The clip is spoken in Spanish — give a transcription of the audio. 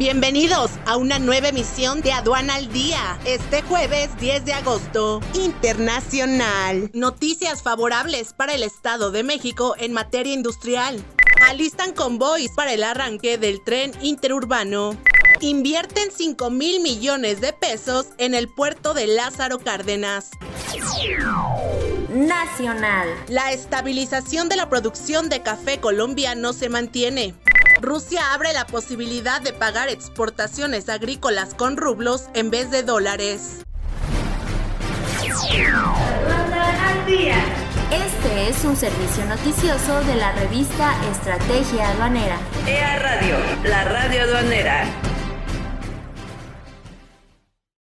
Bienvenidos a una nueva emisión de Aduana al Día. Este jueves 10 de agosto, internacional. Noticias favorables para el Estado de México en materia industrial. Alistan convoys para el arranque del tren interurbano. Invierten 5,000 millones de pesos en el puerto de Lázaro Cárdenas. Nacional. La estabilización de la producción de café colombiano se mantiene. Rusia abre la posibilidad de pagar exportaciones agrícolas con rublos en vez de dólares. Este es un servicio noticioso de la revista Estrategia Aduanera. EA Radio, la radio aduanera.